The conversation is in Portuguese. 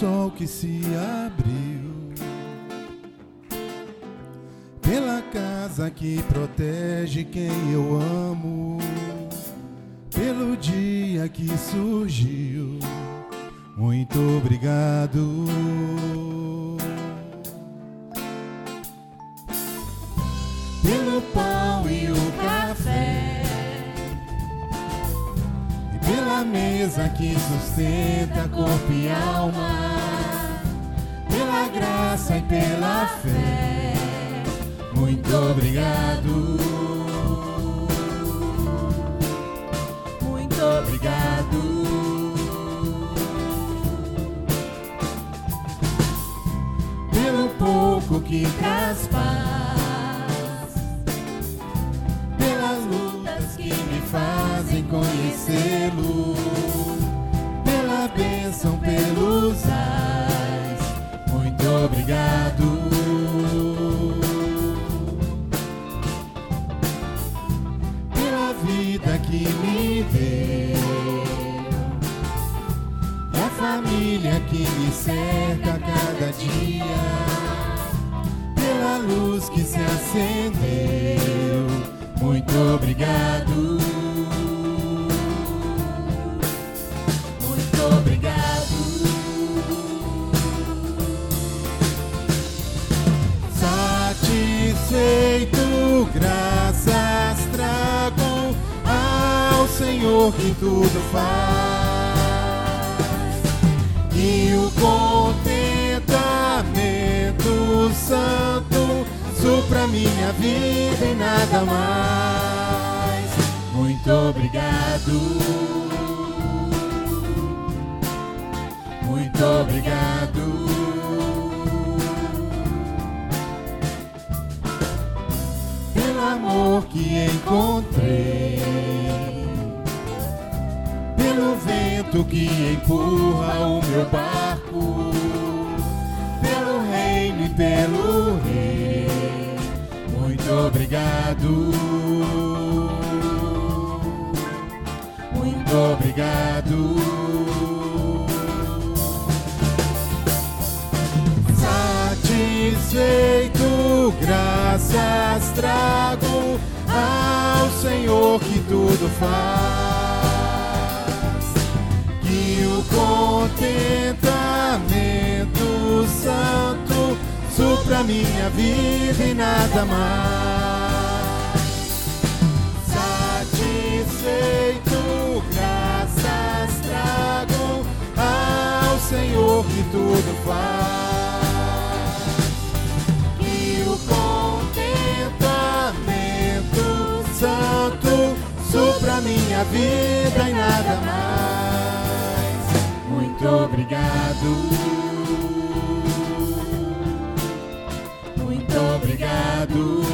sol que se abriu, pela casa que protege quem eu amo, pelo dia que surgiu. Muito obrigado. Pelo pão e o café, e pela mesa que sustenta corpo e alma, pela graça e pela fé. Muito obrigado. Muito obrigado. Pelo pouco que traz paz, pelas lutas que me fazem conhecê-lo, pela bênção, pelos ais. Muito obrigado. Pela vida que me deu e a família que me cerca a cada dia, pela luz que se acendeu. Muito obrigado. Muito obrigado. Satisfeito, graças trago ao Senhor que tudo faz, e o contentamento santo supra minha vida e nada mais. Muito obrigado. Muito obrigado. Pelo amor que encontrei, pelo vento que empurra o meu barco, pelo reino e pelo rei. Muito obrigado. Muito obrigado. Satisfeito, graças trago ao Senhor que tudo faz, que o contentamento santo supra minha vida e nada mais. Satisfeito, graças trago ao Senhor que tudo faz, que o contentamento santo supra minha vida e nada mais. Muito obrigado. Muito obrigado.